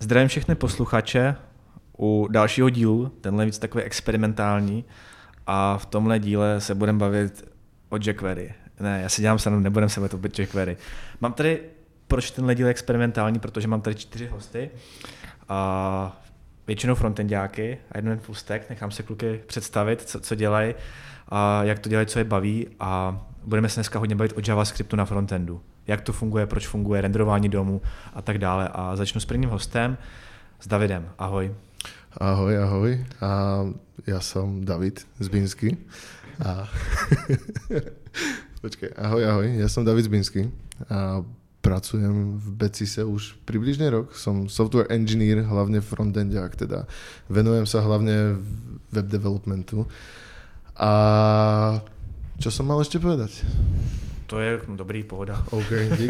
Zdravím všechny posluchače u dalšího dílu, tenhle víc takový experimentální a v tomhle díle se budeme bavit o jQuery. Ne, já si dělám srandu, nebudeme se bavit o jQuery. Mám tady, proč tenhle díl je experimentální, protože mám tady 4 hosty a většinou frontendáky a jeden full stack, nechám se kluky představit, co dělají a jak to dělají, co je baví a budeme se dneska hodně bavit o JavaScriptu na frontendu. Jak to funguje, proč funguje, renderování domů a tak dále. A začnu s prvním hostem, s Davidem. Ahoj. Ahoj. A ja som David Zbínsky. A počkej, ahoj. Ja som David Zbínsky a pracujem v Becise už približne rok. Som software engineer, hlavne frontendák, teda venujem sa hlavne web developmentu. A čo som mal ešte povedať? To je dobrý, pohoda. OK, dík.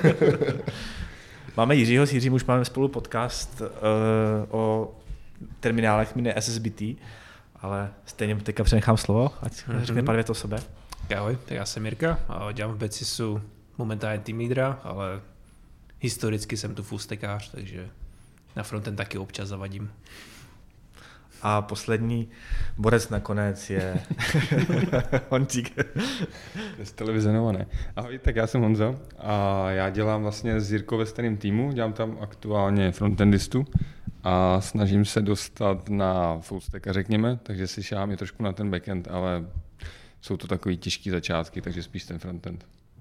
Máme Jiřího, s Jiřím už máme spolu podcast o terminálech jmenuje SSBT, ale stejně teďka přenechám slovo, ať řekne pár vět o sebe. Ahoj, tak já jsem Jirka a dělám v Becisu momentálně team leadera, ale historicky jsem tu fullstackář, takže na frontend taky občas zavadím. A poslední borec nakonec je Honzík. Z televize Nova. Ahoj, tak já jsem Honza a já dělám vlastně s Jirkou ve stejném týmu, dělám tam aktuálně frontendistu a snažím se dostat na fullstacka, řekněme, takže si šáhám je trošku na ten backend, ale jsou to takový těžký začátky, takže spíš ten frontend.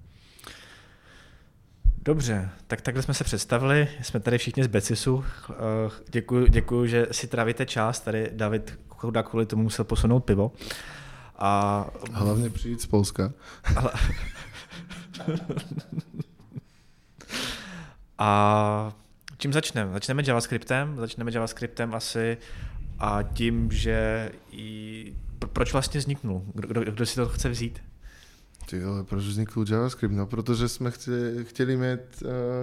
Dobře, tak takhle jsme se představili, jsme tady všichni z Becisu. Děkuju, že si trávíte čas, tady David chudák kvůli tomu musel posunout pivo. A hlavně přijít z Polska. A čím začneme? Začneme JavaScriptem asi a tím, že proč vlastně vzniknul? Kdo si to chce vzít? Ty ale proč vznikl JavaScript? No, protože jsme chtěli mít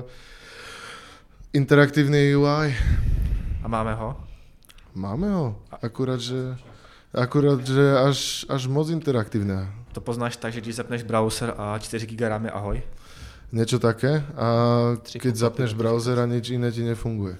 interaktivní UI. A máme ho? Máme ho, akurát, že až moc interaktivné. To poznáš tak, že když zapneš browser a 4 GB RAM je ahoj? Niečo také a keď zapneš browser a nič iné ti nefunguje.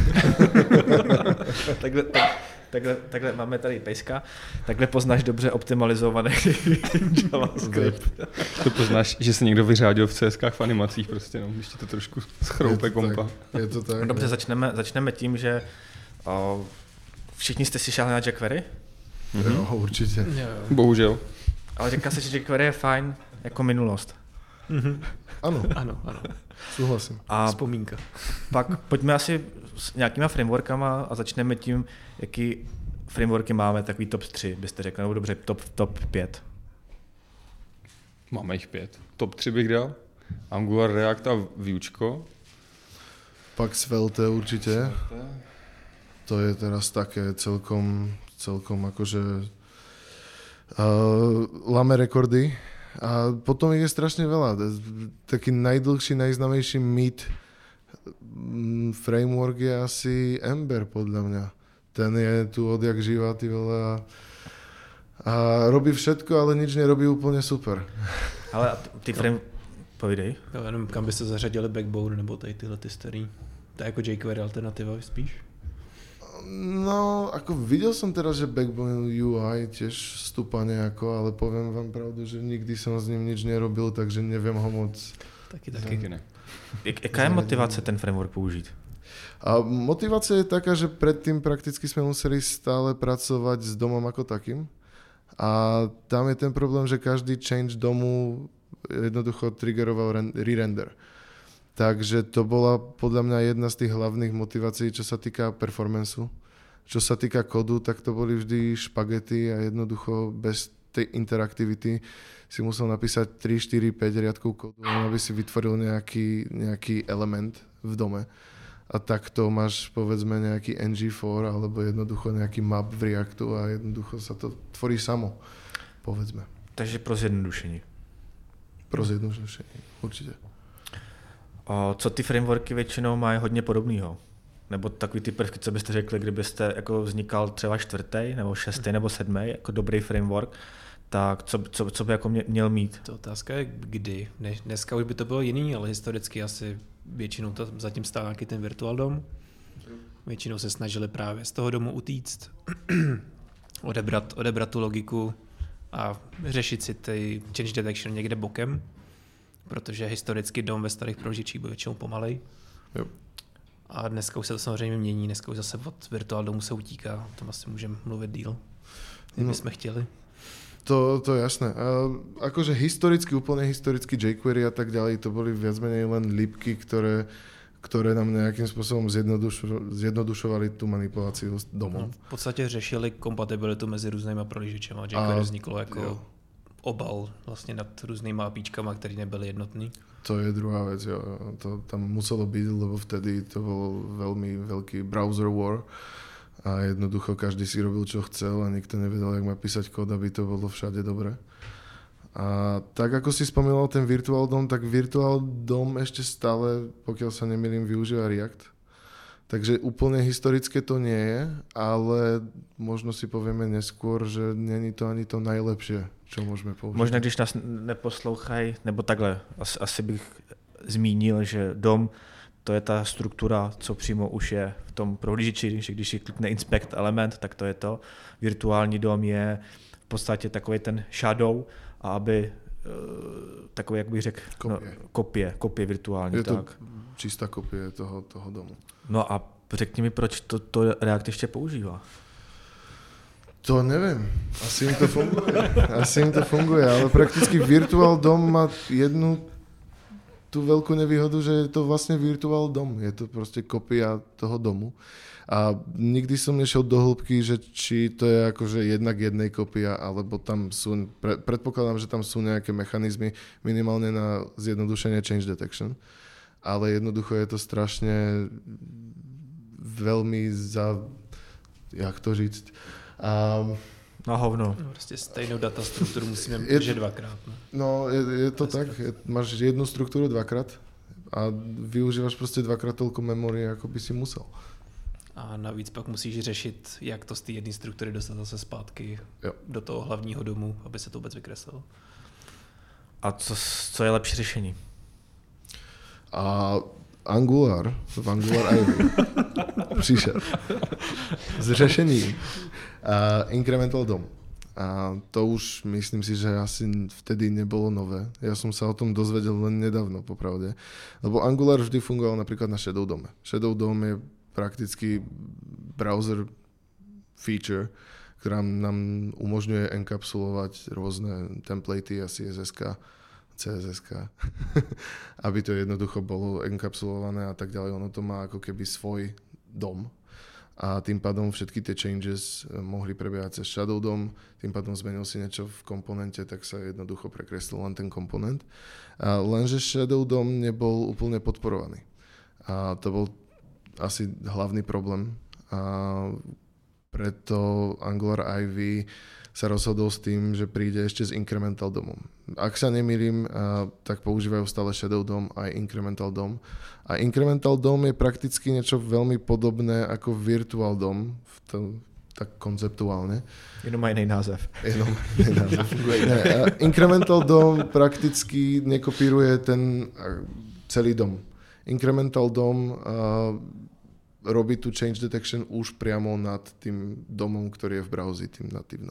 Takhle máme tady pejska, takhle poznáš dobře optimalizovaný JavaScript. To poznáš, že se někdo vyřádil v CSkách v animacích prostě, no, když ti to trošku schroupe kompa. Je to tak. Dobře, začneme tím, že všichni jste si šáhli na jQuery? Jo, určitě. Bohužel. Ale říká se, že jQuery je fajn jako minulost. Ano. Souhlasím. A vzpomínka. Pak pojďme asi s nějakýma frameworkama a začneme tím, jaký frameworky máme, takový top 3, byste řekli, nebo dobře, top 5. Máme jich 5. Top 3 bych dal. Angular, React a Vuečko. Pak Svelte určite. To je teraz také celkom akože lame rekordy. A potom ich je strašne veľa. Taký najdlhší, najznámejší meet framework je asi Ember, podľa mňa. Ten je tu odjak živá, ty vole, a robí všetko, ale nič nerobí úplne super. Ale ty povídej. Jo, jenom kam byste zařadili Backbone nebo tady tyhle ty starý. To je jako jQuery alternativa spíš? No, ako videl som teraz, že Backbone UI tiež stúpa nejako, ale poviem vám pravdu, že nikdy som s ním nič nerobil, takže neviem ho moc... Taky ne. Jaká je motivace ten framework použít? A motivácia je taká, že predtým prakticky sme museli stále pracovať s domom ako takým. A tam je ten problém, že každý change domu jednoducho triggeroval re-render. Takže to bola podľa mňa jedna z tých hlavných motivácií, čo sa týka performanceu. Čo sa týka kodu, tak to boli vždy špagety a jednoducho bez tej interaktivity si musel napísať 3, 4, 5 riadkov kodu, aby si vytvoril nejaký element v dome. A takto máš povedzme nejaký ng4 alebo jednoducho nejaký map v Reactu a jednoducho sa to tvorí samo, povedzme. Takže pro zjednodušení. Určite. Co ty frameworky většinou mají hodně podobného? Nebo takový ty prvky, co byste řekli, kdybyste jako vznikal třeba 4. nebo 6. nebo 7. jako dobrý framework, tak co by jako měl mít? To otázka je kdy. Dneska už by to bylo jiný, ale historicky asi většinou to zatím stál nějaký ten virtual DOM. Většinou se snažili právě z toho domu utíct, odebrat tu logiku a řešit si ty change detection někde bokem, protože historicky dom ve starých prohlížečích byl většinou pomalej. Jo. A dneska už se to samozřejmě mění, dneska už zase od virtual domu se utíká, o tom asi můžeme mluvit díl, kdybychom chtěli. To je jasné. A akože úplne historicky jQuery a tak ďalej, to boli viac menej len lípky, ktoré nám nejakým spôsobom zjednodušovali tú manipuláciu s domom. No, v podstatě řešili kompatibilitu mezi různýma prohlížečema. jQuery vzniklo jako obal vlastně nad různýma APIčkama, které nebyly jednotný. To je druhá vec, jo. To tam muselo byť, lebo vtedy to bol veľmi veľký browser war a jednoducho každý si robil, čo chcel a nikto nevedel, jak má písať kód, aby to bolo všade dobre. A tak ako si spomínal ten Virtual DOM, tak Virtual DOM ešte stále, pokiaľ sa nemýlim, využíva React. Takže úplne historické to nie je, ale možno si povieme neskôr, že není to ani to najlepšie, čo môžeme použiť. Možná, když nás neposlouchají, nebo takhle, asi bych zmínil, že DOM to je ta struktura, co přímo už je v tom prohlížeči, že když si klikne inspect element, tak to je to. Virtuální DOM je v podstatě takový ten shadow, a aby takový, jak bych řekl, kopie virtuální. Je to tak. Čistá kopie toho domu. No a řekni mi, proč to React ještě používá? To neviem. Asi im to funguje, ale prakticky Virtual DOM má jednu tú veľkú nevýhodu, že je to vlastne Virtual DOM. Je to proste kopia toho domu. A nikdy som nešiel do hĺbky, že či to je akože jednak jednej kopia, alebo tam sú, predpokladám, že tam sú nejaké mechanizmy minimálne na zjednodušenie change detection, ale jednoducho je to strašne veľmi jak to říct, na hovno. No, prostě stejnou data strukturu musíme držet dvakrát. No, je to tak. Máš jednu strukturu dvakrát a využívaš prostě dvakrát toľko memory, ako by si musel. A navíc pak musíš řešit, jak to z té jedné struktury dostat zase zpátky do toho hlavního domu, aby se to vůbec vykreslilo. A co je lepší řešení? A Angular Ivy přišel s řešením Incremental DOM. A to už myslím si, že asi vtedy nebolo nové. Ja som sa o tom dozvedel len nedávno, popravde. Lebo Angular vždy fungoval napríklad na Shadow DOM. Shadow DOM je prakticky browser feature, ktorá nám umožňuje enkapsulovať rôzne templatey a CSS-ka, aby to jednoducho bolo enkapsulované a tak ďalej. Ono to má ako keby svoj dom a tým pádom všetky tie changes mohli prebiehať cez Shadow DOM, tým pádom zmenil si niečo v komponente, tak sa jednoducho prekreslil len ten komponent. Lenže Shadow DOM nebol úplne podporovaný. A to bol asi hlavný problém. A preto Angular Ivy sa rozhodol s tým, že príde ešte s Incremental DOMom. Ak sa nemýlim, tak používajú stále Shadow DOM aj Incremental DOM. A Incremental DOM je prakticky niečo veľmi podobné ako Virtual DOM, tak konceptuálne. Jenom má iný název. Incremental DOM prakticky nekopíruje ten celý dom. Incremental DOM robí tu change detection už priamo nad tým domom, ktorý je v browsi, tým natívnom.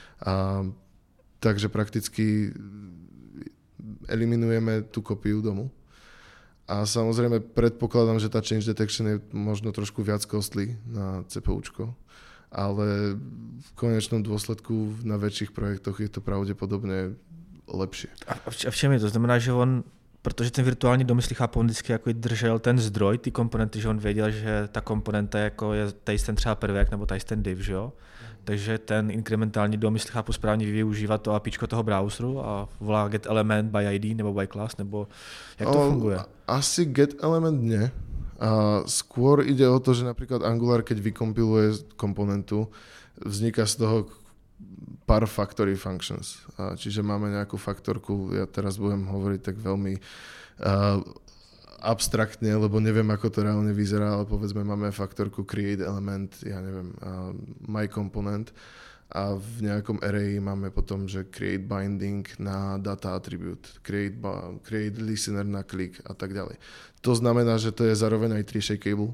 Takže prakticky eliminujeme tú kopiu domu. A samozrejme predpokladám, že tá change detection je možno trošku viac costly na CPUčko, ale v konečnom dôsledku na väčších projektoch je to pravdepodobne lepšie. A v čem je to? Znamená, že on, protože ten virtuální dom, jestli chápu, on vždycky jako držel ten zdroj, ty komponenty, že on věděl, že ta komponenta jako je tady ten třeba prvek nebo tady ten div, že jo? Takže ten inkrementální dom, jestli chápu správně, využívá to APIčko toho browseru a volá get element by ID nebo by class, nebo jak to funguje? Asi get element nie. A skôr ide o to, že napríklad Angular, keď vykompiluje komponentu, vzniká z toho pár factory functions. Čiže máme nejakú faktorku, ja teraz budem hovoriť tak veľmi abstraktne, lebo neviem, ako to reálne vyzerá, ale povedzme máme faktorku create element, ja neviem, my component a v nejakom arrayi máme potom, že create binding na data attribute, create listener na click a tak ďalej. To znamená, že to je zároveň aj tree shakeable,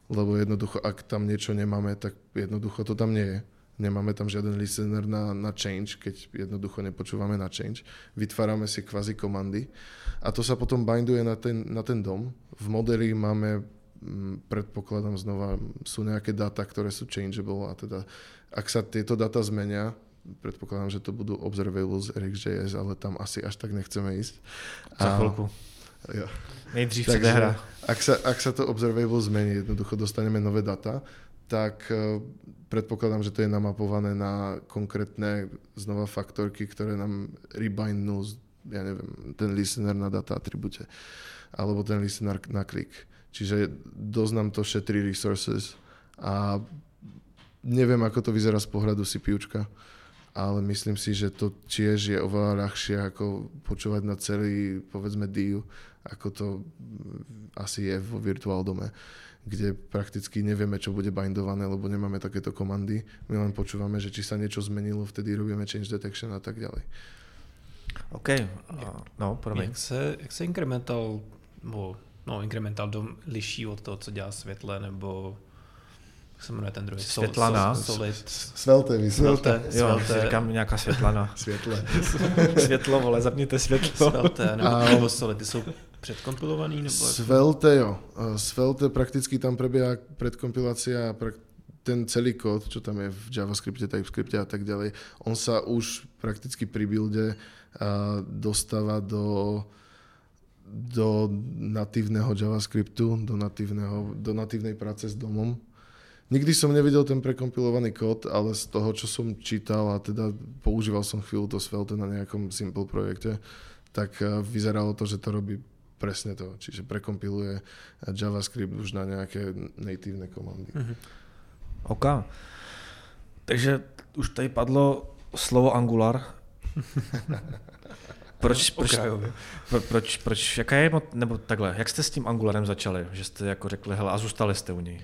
lebo jednoducho, ak tam niečo nemáme, tak jednoducho to tam nie je. Nemáme tam žiaden listener na change, keď jednoducho nepočúvame na change. Vytvárame si kvázi komandy a to sa potom binduje na ten dom. V modeli máme, predpokladám znova, sú nejaké data, ktoré sú changeable a teda ak sa tieto data zmenia, predpokladám, že to budú observables RxJS, ale tam asi až tak nechceme ísť. Za chvíľku. Jo. Nejdřív přijde hra. Ak sa to observable zmení, jednoducho dostaneme nové data, tak predpokladám, že to je namapované na konkrétne znova faktorky, ktoré nám rebindnú, ja neviem, ten listener na data atribúte, alebo ten listener na klik. Čiže dosť nám to šetrí resources a neviem, ako to vyzerá z pohľadu CPUčka, ale myslím si, že to tiež je oveľa ľahšie ako počúvať na celý, povedzme, DIU, ako to asi je vo Virtual Dome, kde prakticky nevieme, čo bude bindované, lebo nemáme takéto komandy. My len počúvame, že či sa niečo zmenilo, vtedy robíme change detection a tak ďalej. OK, no, promiň. Jak se Incremental Dom liší od toho, co dělá Světle, nebo jak se jmenuje ten druhý? Světlana. Svelte. Jo, si říkám nějaká Světlana. Světlo, vole, zapněte světlo. Svelte, nebo Solid, ty jsou předkompilovaný? Nebo Svelte, jo. Svelte prakticky tam prebieha predkompilácia a ten celý kód, čo tam je v JavaScripte, TypeScripte a tak ďalej, on sa už prakticky pri builde dostáva do natívneho JavaScriptu, do natívnej práce s domom. Nikdy som nevidel ten prekompilovaný kód, ale z toho, čo som čítal a teda používal som chvíľu to Svelte na nejakom simple projekte, tak vyzeralo to, že to robí presne to. Čiže prekompiluje JavaScript už na nejaké natívne komandy. OK. Takže už tady padlo slovo Angular. Proč, jaká je, nebo takhle, jak jste s tím Angularem začali? Že jste jako řekli, hele, a zůstali jste u něj?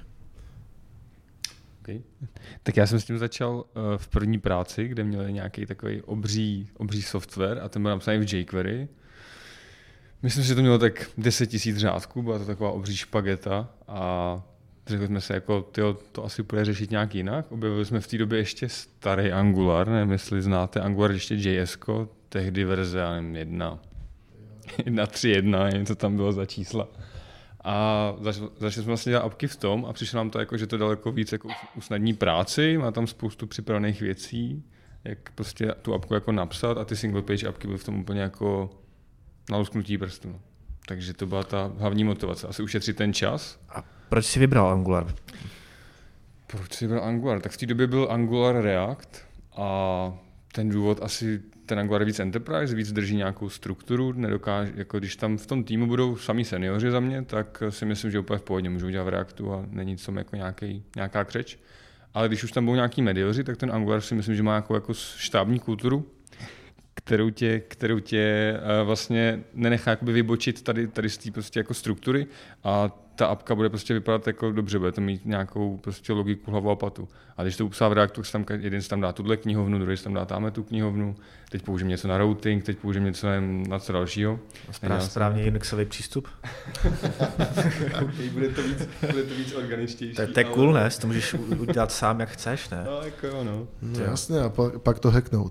Okay. Tak já jsem s tím začal v první práci, kde měli nějaký takový obří software a ten byl napsaný v jQuery. Myslím si, že to mělo tak 10 000 řádků, byla to taková obří špageta a řekli jsme se, jako, to asi půjde řešit nějak jinak. Objevili jsme v té době ještě starý Angular, nevím, jestli znáte Angular ještě JS-ko, tehdy verze, já nevím, 1.3.1, nevím, co tam bylo za čísla. A začali jsme vlastně dělat apky v tom a přišlo nám to, jako, že to daleko víc jako usnadní práci, má tam spoustu připravených věcí, jak prostě tu apku jako napsat a ty single page apky byly v tom úplně jako na lusknutí prstu. Takže to byla ta hlavní motivace, asi ušetřit ten čas. A proč jsi vybral Angular? Proč jsi vybral Angular? Tak v té době byl Angular React a ten důvod asi ten Angular je víc enterprise, víc drží nějakou strukturu, nedokáže, jako když tam v tom týmu budou sami seniori za mě, tak si myslím, že úplně v pohodě můžou dělat v Reactu a není to jako nějaká křeč. Ale když už tam budou nějaký medioři, tak ten Angular si myslím, že má jako štábní kulturu, kterou tě vlastně nenechá jakoby vybočit tady z té prostě jako struktury a ta apka bude prostě vypadat jako dobře, bude to mít nějakou prostě logiku, hlavu a patu. A když to upsá v Reactu, tak jeden si tam dá tuhle knihovnu, druhý si tam dá tamhle tu knihovnu, teď použijem něco na routing, teď použijem něco na co dalšího. Správně Unixový přístup. Okay, bude to víc organičtější. To je cool, ne? To můžeš udělat sám, jak chceš, ne? No, jako jo, no. No jasně, a pak to hacknout.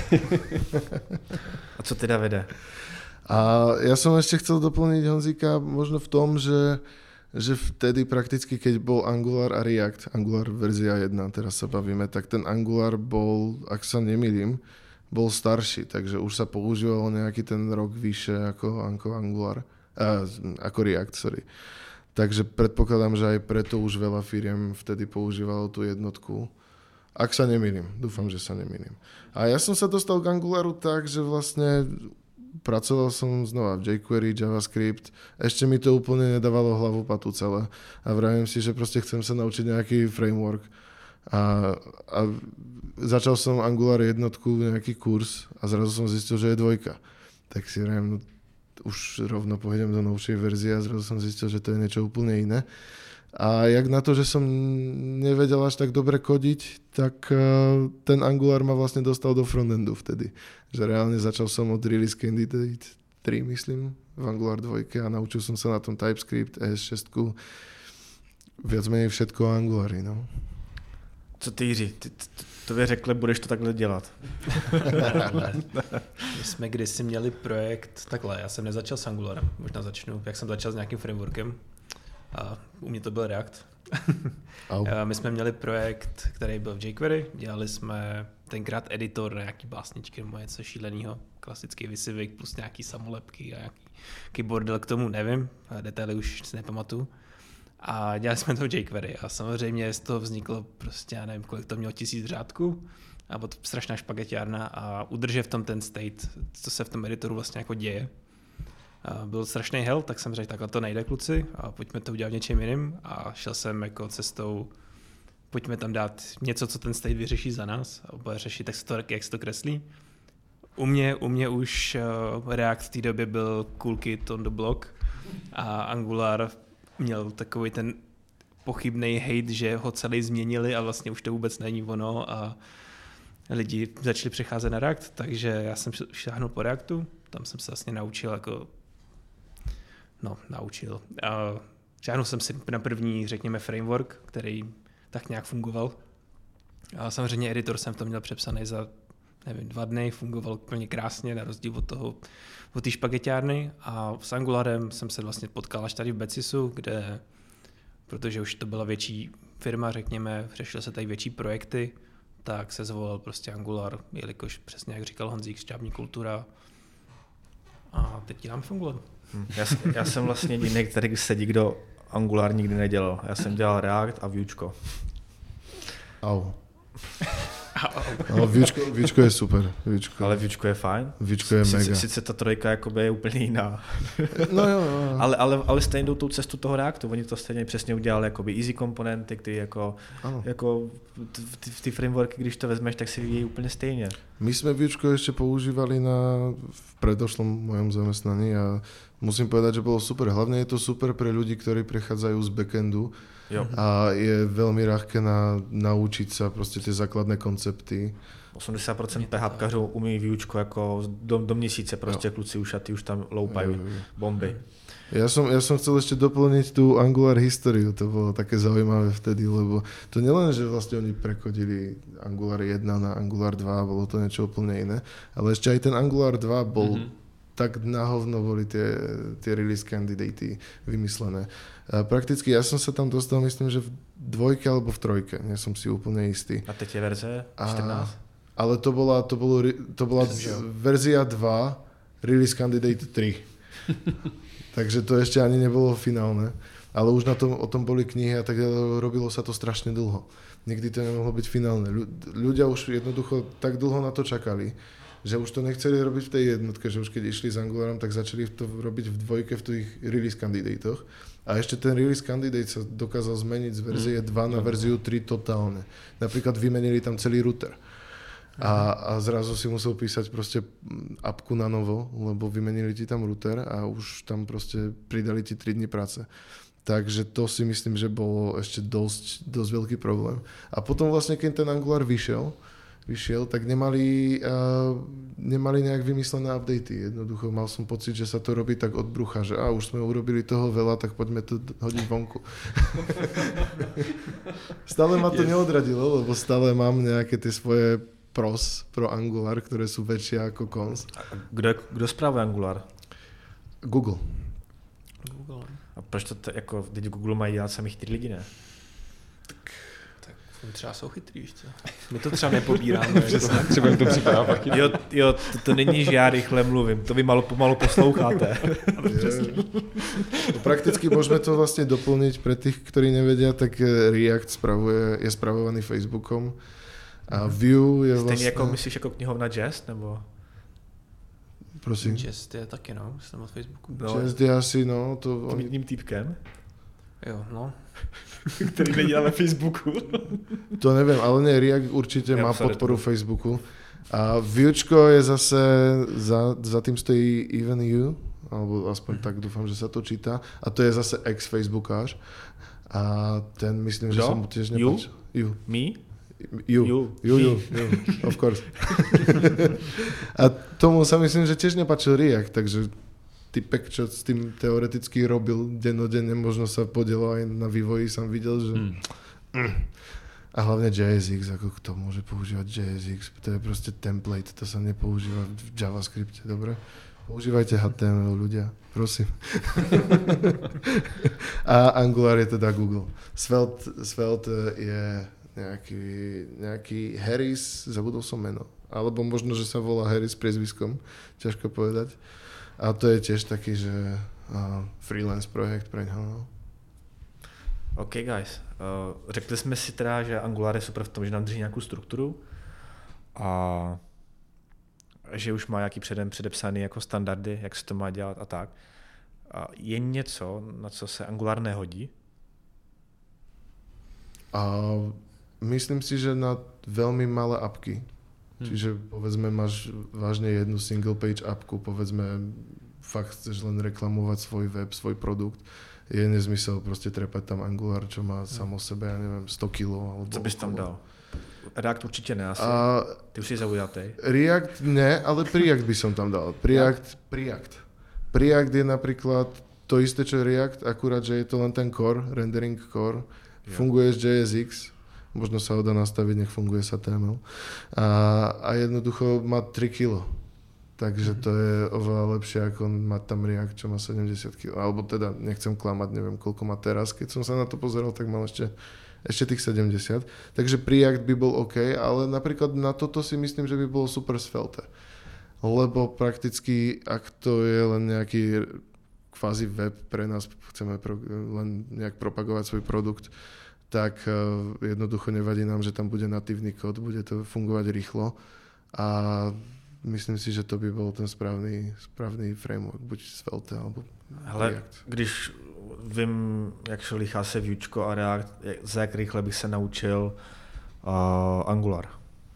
A co teda vede? A ja som ešte chcel doplniť Honzíka možno v tom, že vtedy prakticky, keď bol Angular a React, Angular verzia 1, teraz sa bavíme, tak ten Angular bol, ak sa nemýlim, bol starší, takže už sa používal nejaký ten rok vyššie ako Angular, ako React, sorry. Takže predpokladám, že aj preto už veľa firiem vtedy používalo tú jednotku. Ak sa nemýlim, dúfam, že sa nemýlim. A ja som sa dostal k Angularu tak, že vlastne pracoval som znova v jQuery, JavaScript, ešte mi to úplne nedávalo hlavu patu celé. A vravím si, že proste chcem sa naučiť nejaký framework. A začal som Angular jednotku, nejaký kurz a zrazu som zistil, že je 2. Tak si vravím, no už rovno pôjdem do novšej verzie a zrazu som zistil, že to je niečo úplne iné. A jak na to, že som nevedel až tak dobre kodiť, tak ten Angular ma vlastne dostal do frontendu vtedy. Že reálne začal som od Release Candidate 3, myslím, v Angular 2 a naučil som sa na tom TypeScript, ES6. Viac menej všetko Angulary, no. Co ty, Jiří? To by řekli, budeš to takhle dělat. My jsme kdysi měli projekt, takhle, já jsem nezačal s Angularem, možná začnu, jak jsem začal s nějakým frameworkem a u mě to byl React. My jsme měli projekt, který byl v jQuery, dělali jsme tenkrát editor na nějaký básničky nebo něco šílenýho, klasický vysivik plus nějaký samolepky a nějaký bordel k tomu, nevím, detaily už si nepamatuju. A dělali jsme to v jQuery a samozřejmě z toho vzniklo prostě, já nevím, kolik to mělo 1000 řádků a byla to strašná špagetiárna a udržet v tom ten state, co se v tom editoru vlastně jako děje. A byl strašný hell, tak jsem řekl, takhle to nejde, kluci, a pojďme to udělat něčím jiným a šel jsem jako cestou, pojďme tam dát něco, co ten state vyřeší za nás a bude řešit, jak se to kreslí. U mě už React v té době byl cool kid on the block a Angular měl takový ten pochybný hate, že ho celý změnili a vlastně už to vůbec není ono a lidi začali přecházet na React, takže já jsem šáhnul po Reactu, tam jsem se vlastně naučil šáhnul jsem si na první, řekněme, framework, který tak nějak fungoval. A samozřejmě editor jsem to měl přepsaný za, nevím, 2 dny, fungoval úplně krásně, na rozdíl od té špagetiárny a s Angularem jsem se vlastně potkal až tady v Betsisu, kde, protože už to byla větší firma, řekněme, řešily se tady větší projekty, tak se zvolil prostě Angular, jelikož přesně jak říkal Honzík, šťábní kultura a teď dělám v Angularu. Já jsem vlastně jediný, který sedí, kdo Angular nikdy nedělal. Já jsem dělal React a Vuečko. Au. No, Vuečko je super. Ale Vuečko je fajn. Vuečko je mega. Sice ta trojka jakoby je úplně jiná. No jo. Ale stejně jdou tou cestu toho Reactu. Oni to stejně přesně udělali jakoby easy komponenty, které jako ty frameworky, když to vezmeš, tak si vyvíjí úplně stejně. My jsme Vuečko ešte používali v predošlom mojom zamestnaní a musím povedať, že bolo super. Hlavne je to super pre ľudí, ktorí prechádzajú z backendu. Jo. A je veľmi ľahké naučiť sa proste tie základné koncepty. 80% PHPkařů umí Vuečko jako do měsíce, prostě kluci ušatý už tam loupají bomby. Ja som chcel ešte doplniť tú Angular históriu, to bolo také zaujímavé vtedy, lebo to nielen, že vlastne oni prekodili Angular 1 na Angular 2, bolo to niečo úplne iné, ale ešte aj ten Angular 2 bol tak nahovno boli tie release candidate vymyslené. A prakticky ja som sa tam dostal, myslím, že v 2 alebo v 3, nie som si úplne istý. A teď je verze 14? Ale to bola verzia 2, release candidate 3. Takže to ešte ani nebolo finálne. Ale už o tom boli knihy a tak robilo sa to strašne dlho. Nikdy to nemohlo byť finálne. Ľudia už jednoducho tak dlho na to čakali, že už to nechceli robiť v tej jednotke, že už keď išli s Angularom, tak začali to robiť v 2 v tých release candidatech. A ešte ten release candidate sa dokázal zmeniť z verzie 2 na verziu 3 totálne. Napríklad vymenili tam celý router. A zrazu si musel písať proste apku na novo, lebo vymenili ti tam router a už tam proste pridali ti 3 dni práce. Takže to si myslím, že bolo ešte dosť veľký problém. A potom vlastne, keď ten Angular vyšiel, tak nemali nejak vymyslené updaty. Jednoducho mal som pocit, že sa to robí tak od brucha, že už sme urobili toho veľa, tak poďme to hodiť vonku. Stále ma to neodradilo, lebo stále mám nejaké tie svoje pros pro Angular, ktoré sú väčšie ako cons. Kdo správuje Angular? Google. A proč to jako, teď Google mají dělat samých 4 lidi, ne? Tak třeba jsou chytrý, víš co? My to třeba nepobíráme. Třeba jim to připadá taky. Jo, to není, že já rychle mluvím, to vy pomalu posloucháte. Prakticky môžeme to vlastne doplniť pre tých, ktorí nevedia, tak React je spravovaný Facebookom a Vue je vlastně... Stejně jako myslíš jako knihovna Jest, nebo? Prosím. Jest je taky, jsem od Facebooku. Jest je asi, Tím jedním týpkem? Jo, Který nedělá na Facebooku. To neviem, ale nie, React určite má podporu Facebooku. A Vuečko je zase, za tým stojí Even You, alebo aspoň tak dúfam, že sa to číta. A to je zase ex-Facebookář. A ten myslím, že sa mu tiež nepáčil. You. Me? You, of course. A tomu sa myslím, že tiež nepáčil React, takže typek, čo s tým teoreticky robil dennodenne, možno sa podielal aj na vývoji, som videl, že... A hlavne JSX, ako kto môže používať JSX, to je proste template, to sa nepoužíva v JavaScripte, dobre? Používajte HTML, ľudia, prosím. A Angular je teda Google. Svelte je nejaký Harris, zabudol som meno. Alebo možno, že sa volá Harris priezviskom, ťažko povedať. A to je tiež taký, že freelance projekt pre ňa. OK, guys. Řekli jsme si teda, že Angular je super v tom, že nám drží nějakou strukturu a že už má nějaký předem předepsaný jako standardy, jak se to má dělat a tak. A je něco, na co se Angular nehodí? Myslím si, že na veľmi malé apky. Čiže povedzme, máš vážne jednu single page appku, povedzme, fakt chceš len reklamovať svoj web, svoj produkt. Je nezmysel proste trepať tam Angular, čo má samo sebe, ja neviem, 100 kg. Co bys tam dal? React určite ne asi. Ty už si zaujatej. React ne, ale Preact by som tam dal. Preact je napríklad to isté, čo je React, akurát, že je to len ten core, rendering core. Funguje z JSX, možno sa ho dá nastaviť, nech funguje sa HTML. A jednoducho má 3 kg. Takže to je oveľa lepšie, ako mať tam React, čo má 70 kg. Alebo teda, nechcem klamať, neviem, koľko má teraz. Keď som sa na to pozeral, tak mal ešte tých 70. Takže Preact by bol OK, ale napríklad na toto si myslím, že by bolo super Svelte. Lebo prakticky, ak to je len nejaký kvázi web pre nás, chceme len nejak propagovať svoj produkt, tak jednoducho nevadí nám, že tam bude natívny kód, bude to fungovať rýchlo a myslím si, že to by bol ten správný framework, buď Svelte alebo React. Když vím, jak šolíchá se Vuečko a React, za jak rychle bych se naučil Angular?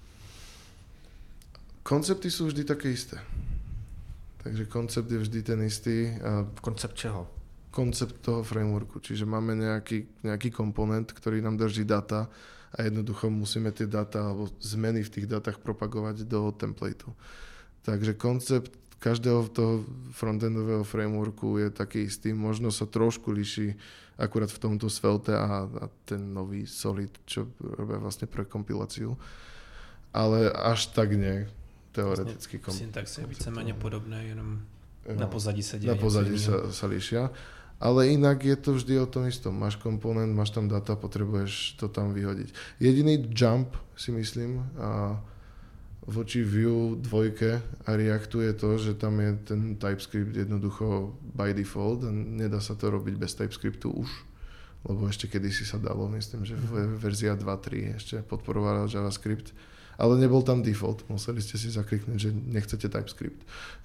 Koncepty sú vždy také isté. Takže koncept je vždy ten istý. Koncept čeho? Koncept toho frameworku. Čiže máme nejaký komponent, ktorý nám drží data a jednoducho musíme tie data alebo zmeny v tých datách propagovať do templateu. Takže koncept každého toho frontendového frameworku je taký istý. Možno sa trošku líši akurát v tomto Svelte a ten nový Solid, čo robia vlastne pre kompiláciu. Ale až tak nie. Teoreticky. Syntax je víceméně podobné, jenom na pozadí se děje. Na pozadí sa líšia. Ale inak je to vždy o tom istom. Máš komponent, máš tam data, potrebuješ to tam vyhodiť. Jediný jump, si myslím, voči Vue 2 a Reactu je to, že tam je ten TypeScript jednoducho by default a nedá sa to robiť bez TypeScriptu už. Lebo ešte kedysi sa dalo, myslím, že verzia 2.3 ešte podporovala JavaScript. Ale nebol tam default, museli ste si zakliknúť, že nechcete TypeScript.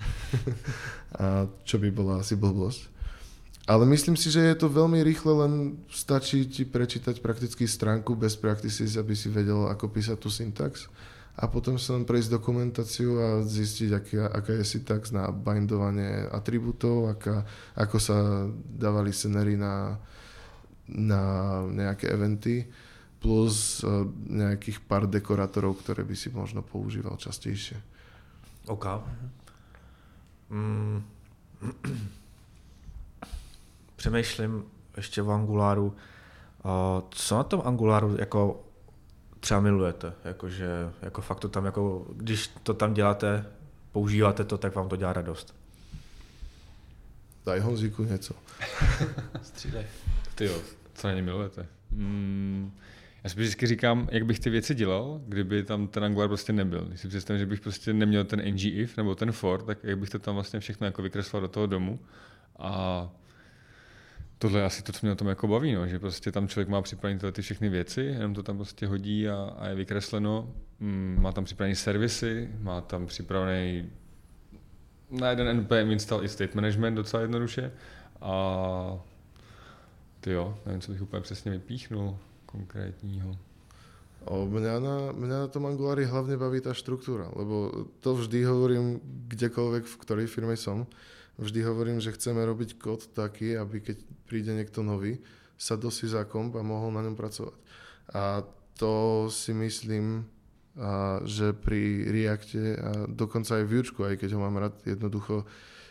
A čo by bola asi blbosť. Ale myslím si, že je to veľmi rýchle, len stačí ti prečítať prakticky stránku best practices, aby si vedel, ako písať tú syntax. A potom sa len prejsť dokumentáciu a zistiť, aká je syntax na bindovanie atribútov, ako sa dávali scenery na nejaké eventy. Plus nejakých pár dekorátorov, ktoré by si možno používal častejšie. OK. Přemýšlím ještě v Angularu. Co na tom Angularu jako třeba milujete? Jako fakt to tam, jako, když to tam děláte, používáte to, tak vám to dělá radost. Daj Honzíku něco. Střílej. Tyjo, co na ně milujete? Já si vždycky říkám, jak bych ty věci dělal, kdyby tam ten Angular prostě nebyl. Když si představím, že bych prostě neměl ten ngIf nebo ten for, tak jak bych to tam vlastně všechno jako vykreslil do toho domu. A tohle je asi to, co mě o tom jako baví, no, že prostě tam člověk má připravené ty všechny věci, jenom to tam prostě hodí a je vykresleno. Má tam připravené servisy, má tam připravený na jeden npm install i state management docela jednoduše. A tyjo, nevím, co bych úplně přesně vypíchnul konkrétního. Mňa na tom Angulari hlavne baví tá štruktúra, lebo to vždy hovorím kdekoľvek, v ktorej firme som. Vždy hovorím, že chceme robiť kód taký, aby keď príde niekto nový, sadol si za komp a mohol na ňom pracovať. A to si myslím, že pri Reacte a dokonca aj v Vuečku, aj keď ho mám rád, jednoducho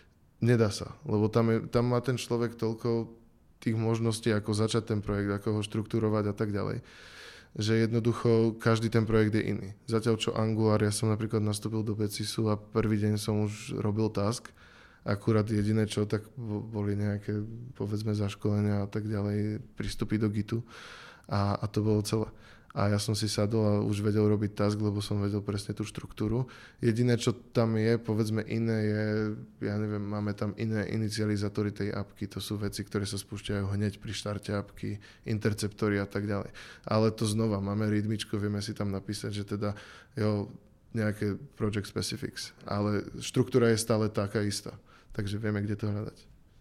nedá sa, lebo tam má ten človek toľko tých možností, ako začať ten projekt, ako ho štruktúrovať a tak ďalej, že jednoducho každý ten projekt je iný. Zatiaľ čo Angular, ja som napríklad nastúpil do Becisu a prvý deň som už robil task, akurát jediné čo, tak boli nejaké, povedzme, zaškolenia a tak ďalej, prístupy do Gitu a to bolo celé. A ja som si sadol a už vedel robiť task, lebo som vedel presne tú štruktúru. Jediné, čo tam je, povedzme iné je, ja neviem, máme tam iné inicializátory tej apky, to sú veci, ktoré sa spúšťajú hneď pri štarte apky, interceptory a tak ďalej. Ale to znova, máme readmičko, vieme si tam napísať, že teda nejaké project specifics, ale štruktúra je stále taká istá, takže vieme, kde to hľadať.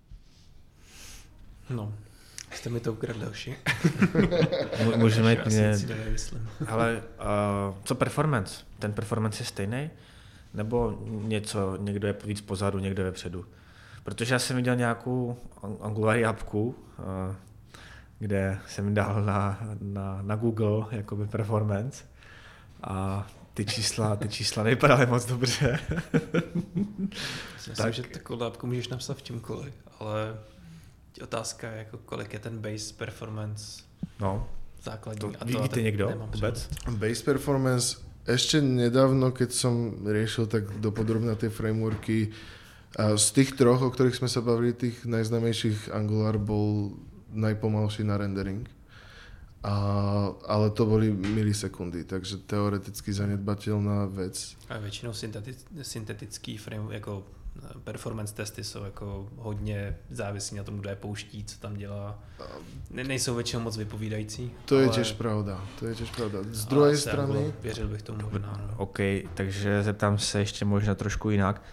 No. Jste mi to ukradli, hoši. Můžeme jít ale co performance? Ten performance je stejný? Nebo někdo je víc pozadu, někdo je vpředu? Protože já jsem viděl nějakou Angular appku, kde jsem dal na Google jakoby performance a ty čísla nevypadaly moc dobře. Myslím, že takovou appku můžeš napsat v čemkoliv, ale otázka je, jako kolik je ten base performance základní. Vidíte někdo vůbec? Base performance, ešte nedávno, keď som riešil tak dopodrobne tie frameworky, z tých troch, o ktorých sme sa bavili, tých najznámejších Angular bol najpomalší na rendering. Ale to boli milisekundy, takže teoreticky zanedbateľná vec. A většinou syntetický framework, jako performance testy jsou jako hodně závislí na tom, kdo je pouští, co tam dělá. Nejsou většinou moc vypovídající. To je tiež pravda. Z druhé strany... Věřil bych tomu možná. OK, takže zeptám se ještě možná trošku jinak.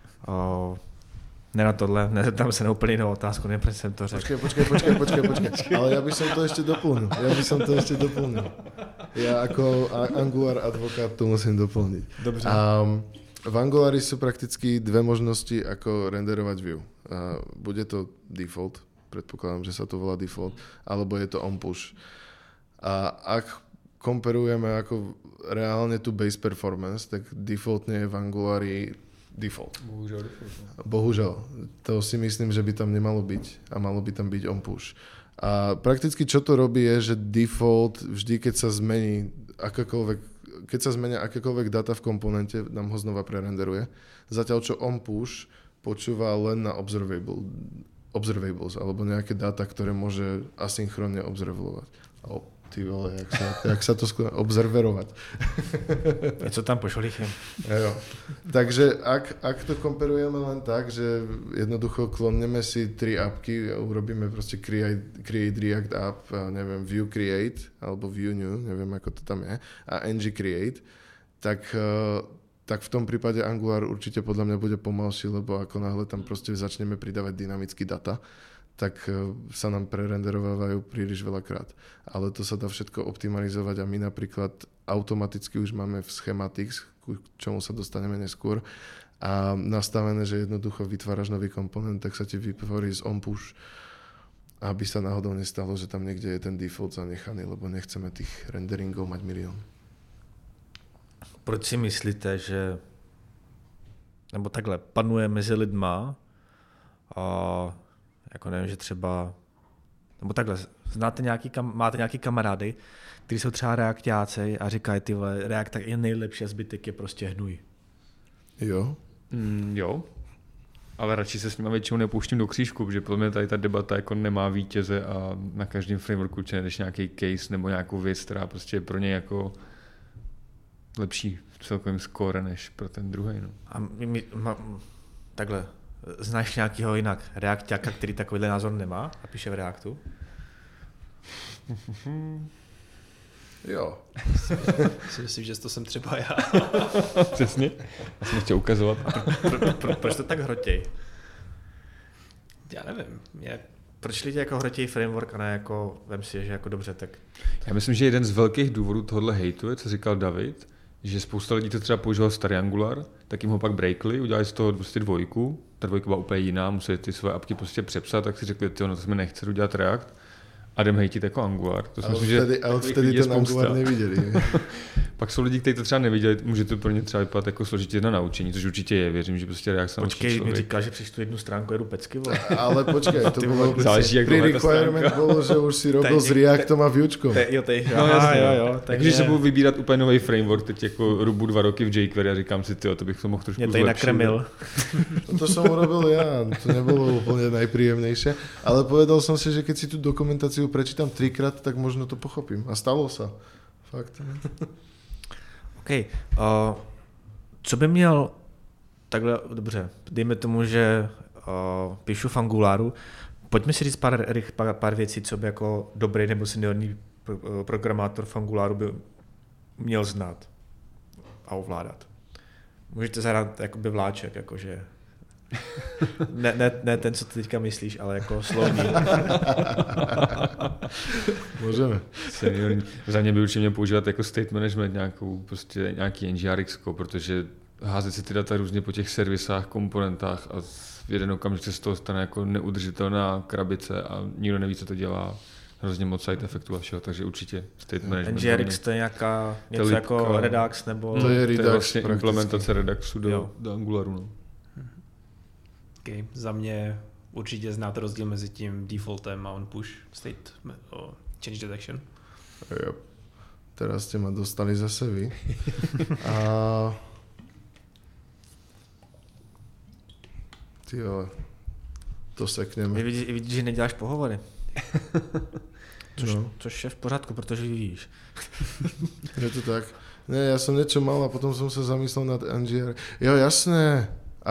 Ne na tohle, nezeptám se na úplně jinou otázku, ne, proč jsem to řekl. Počkej. Ale ja by som to ešte doplnil. Ja ako Angular advokát to musím doplniť. Dobře. V Angulari sú prakticky dve možnosti, ako renderovať view. Bude to default, predpokladám, že sa to volá default, alebo je to on-push. A ak komparujeme ako reálne tú base performance, tak defaultne je v Angulari default. Bohužiaľ. To si myslím, že by tam nemalo byť a malo by tam byť on-push. A prakticky čo to robí je, že default vždy, keď sa zmení akékoľvek data v komponente, nám ho znova prerenderuje. Zatiaľ, čo on-push počúva len na observables, alebo nejaké data, ktoré môže asynchronne observovať. Ty vole, jak sa to skôr observerovať. Co tam pošli? Jo. Takže ak to komparujeme len tak, že jednoducho klonneme si 3 appky a urobíme proste create React app, neviem, view create, alebo view new, neviem ako to tam je, a ng create, tak v tom prípade Angular určite podľa mňa bude pomalší, lebo ako náhle tam proste začneme pridávať dynamicky data, tak sa nám prerenderovávajú príliš veľakrát. Ale to sa dá všetko optimalizovať a my napríklad automaticky už máme v Schematics, k čomu sa dostaneme neskôr, a nastavené, že jednoducho vytváraš nový komponent, tak sa ti vytvorí z on-push, aby sa náhodou nestalo, že tam niekde je ten default zanechaný, lebo nechceme tých renderingov mať milión. Proč si myslíte, že nebo takhle, panuje mezi lidma a jako nevím, že třeba, nebo takhle, máte nějaký kamarády, kteří jsou třeba reaktáci a říkají, ty vole, React tak je nejlepší a zbytek je prostě hnůj. Jo? Jo, ale radši se s nimi většinou nepouštím do křížku, protože podle mě tady ta debata jako nemá vítěze a na každém frameworku určitě nejdeš nějaký case nebo nějakou věc, která prostě je pro něj jako lepší v celkovém score než pro ten druhý. No. A takhle, znáš nějakýho jinak reakťáka, který takovýhle názor nemá a píše v Reactu? Jo. Myslím, že to jsem třeba já. Přesně. Já jsem chtěl ukazovat. Proč to tak hrotěj? Já nevím. Proč lidi jako hrotějí framework a ne jako, vem si, že jako dobře, tak... Já myslím, že jeden z velkých důvodů tohohle hejtu je, co říkal David, že spousta lidí to třeba používal starý Angular, tak jim ho pak breakli, udělali z toho prostě dvojku, ta dvojka byla úplně jiná, museli ty svoje apky prostě přepsat, tak si řekli, to jsme nechce udělat React Adam hejtit jako Angular. To a odvtedy ten Angular neviděli. Pak jsou lidi, kteří to třeba neviděli, může to pro ně třeba vypadat jako složitě na naučení, což určitě je, věřím, že prostě React se naučí člověk. Počkej, mi říká, že přečtu jednu stránku, jedu pecky, vole. Ale počkej, to bylo záleží, jak dlouhá ta requirement bolo, že už si robil s Reactom a Vuečkom. Jo. Takže se budu vybírat úplně nový framework, teď jako rubu 2 roky v jQuery a říkám si, tyjo, to bych to mohl trošku zlepšit. Mě tady nakrmil. To som urobil ja, to nebolo úplne najpríjemnejšie, ale povedal som si, že keď si tú dokumentáciu prečítam 3-krát, tak možno to pochopím. A stalo sa. Fakt. OK. Co by měl takhle, dobře, dejme tomu, že píšu v Angularu, pojďme si říct pár věcí, co by jako dobrý nebo seniorní programátor v Angularu by měl znát a ovládat. Můžete zahrát jakoby vláček, jakože ne ten, co ty teďka myslíš, ale jako slovní. Můžeme. Seniorní. Za mě by určitě měl používat jako state management nějaký NGRX, protože házet si ty data různě po těch servisách, komponentách a v jeden okamžik se z toho stane jako neudržitelná krabice a nikdo neví, co to dělá. Hrozně moc side efektů a všeho, takže určitě state management. NGRX to je nějaká něco jako Redux nebo... To je Redux, to je vlastně implementace Reduxu do Angularu. No. Okay. Za mě určitě znáte rozdíl mezi tím defaultem a on-push state change detection. Jo. Teraz ste ma dostali zase vy. A... Ty jo, to sekneme. Vidíš, že neděláš pohovory. Což je v pořádku, protože vyvíjíš. Je to tak. Ne, ja som niečo mal a potom som sa zamyslel nad NGR. Jo, jasné.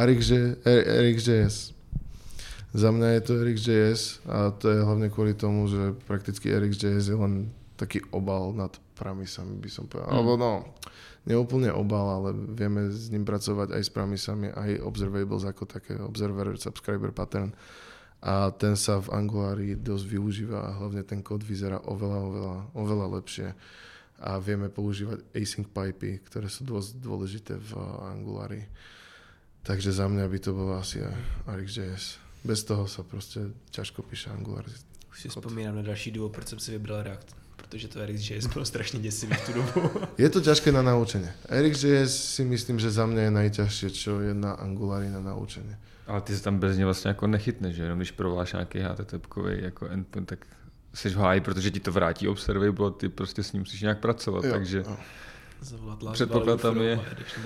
RxJS. Za mňa je to RxJS a to je hlavne kvôli tomu, že prakticky RxJS je len taký obal nad premisami, by som povedal. Alebo neúplne obal, ale vieme s ním pracovať aj s premisami, aj observables ako také, observer, subscriber pattern. A ten sa v Angulari dosť využíva a hlavne ten kód vyzerá oveľa lepšie. A vieme používať async pipy, ktoré sú dosť dôležité v Angulari. Takže za mňa by to bolo asi RxJS. Bez toho sa proste ťažko píše Angular. Už si vzpomínám na další důvod, proč jsem si vybral React. Protože to RxJS bylo strašně děsivý v tu dobu. Je to ťažké na naučenie. RxJS si myslím, že za mňa je najťažšie, čo je na Angulari na naučenie. Ale ty se tam bez něj vlastně jako nechytneš, že jenom když provoláš nějaký HTTP-kový jako endpoint, tak jsi v háji, protože ti to vrátí observable, ty prostě s ním musíš nějak pracovat, takže předpoklad tam je.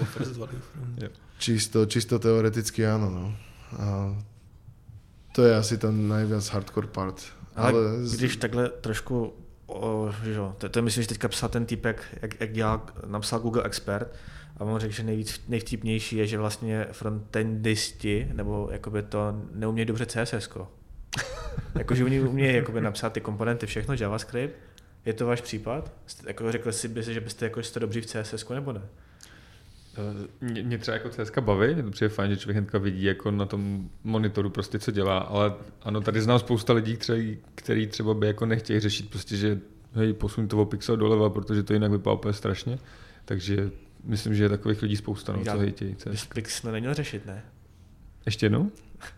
Čisto teoreticky áno, no. A to je asi ten najviac hardcore part. Ale když takhle trošku, to myslím, že teďka psal ten týpek, jak napsal Google Expert a on řekl, že nejvtipnější je, že vlastně frontendisti, nebo jakoby to neumějí dobře CSS-ko. Jakože oni umějí jakoby napsat ty komponenty, všechno, JavaScript. Je to váš případ? Jako řekl si by, že byste jako jste dobří v CSS-ku nebo ne? Mě třeba jako CSK baví, je to přijde fajn, že člověk hnedka vidí jako na tom monitoru prostě co dělá, ale ano, tady znám spousta lidí, který třeba by jako nechtějí řešit prostě, že hej, posuň to o pixel doleva, protože to jinak vypadá úplně strašně, takže myslím, že je takových lidí spousta, no, co hejtějí CSK. Pixel neměl řešit, ne? Ještě jednou?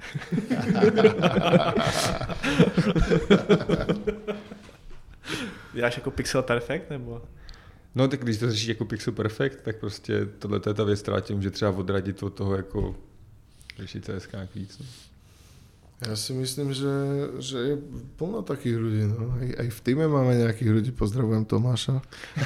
Děláš jako Pixel Perfect, nebo? No tak když to řešíš jako Pixel Perfect, tak prostě tohle je ta věc, která tě může třeba odradit od toho jako řešit CSK víc. No. Ja si myslím, že je plno takých ľudí. No. Aj v týme máme nejakých ľudí, pozdravujem Tomáša,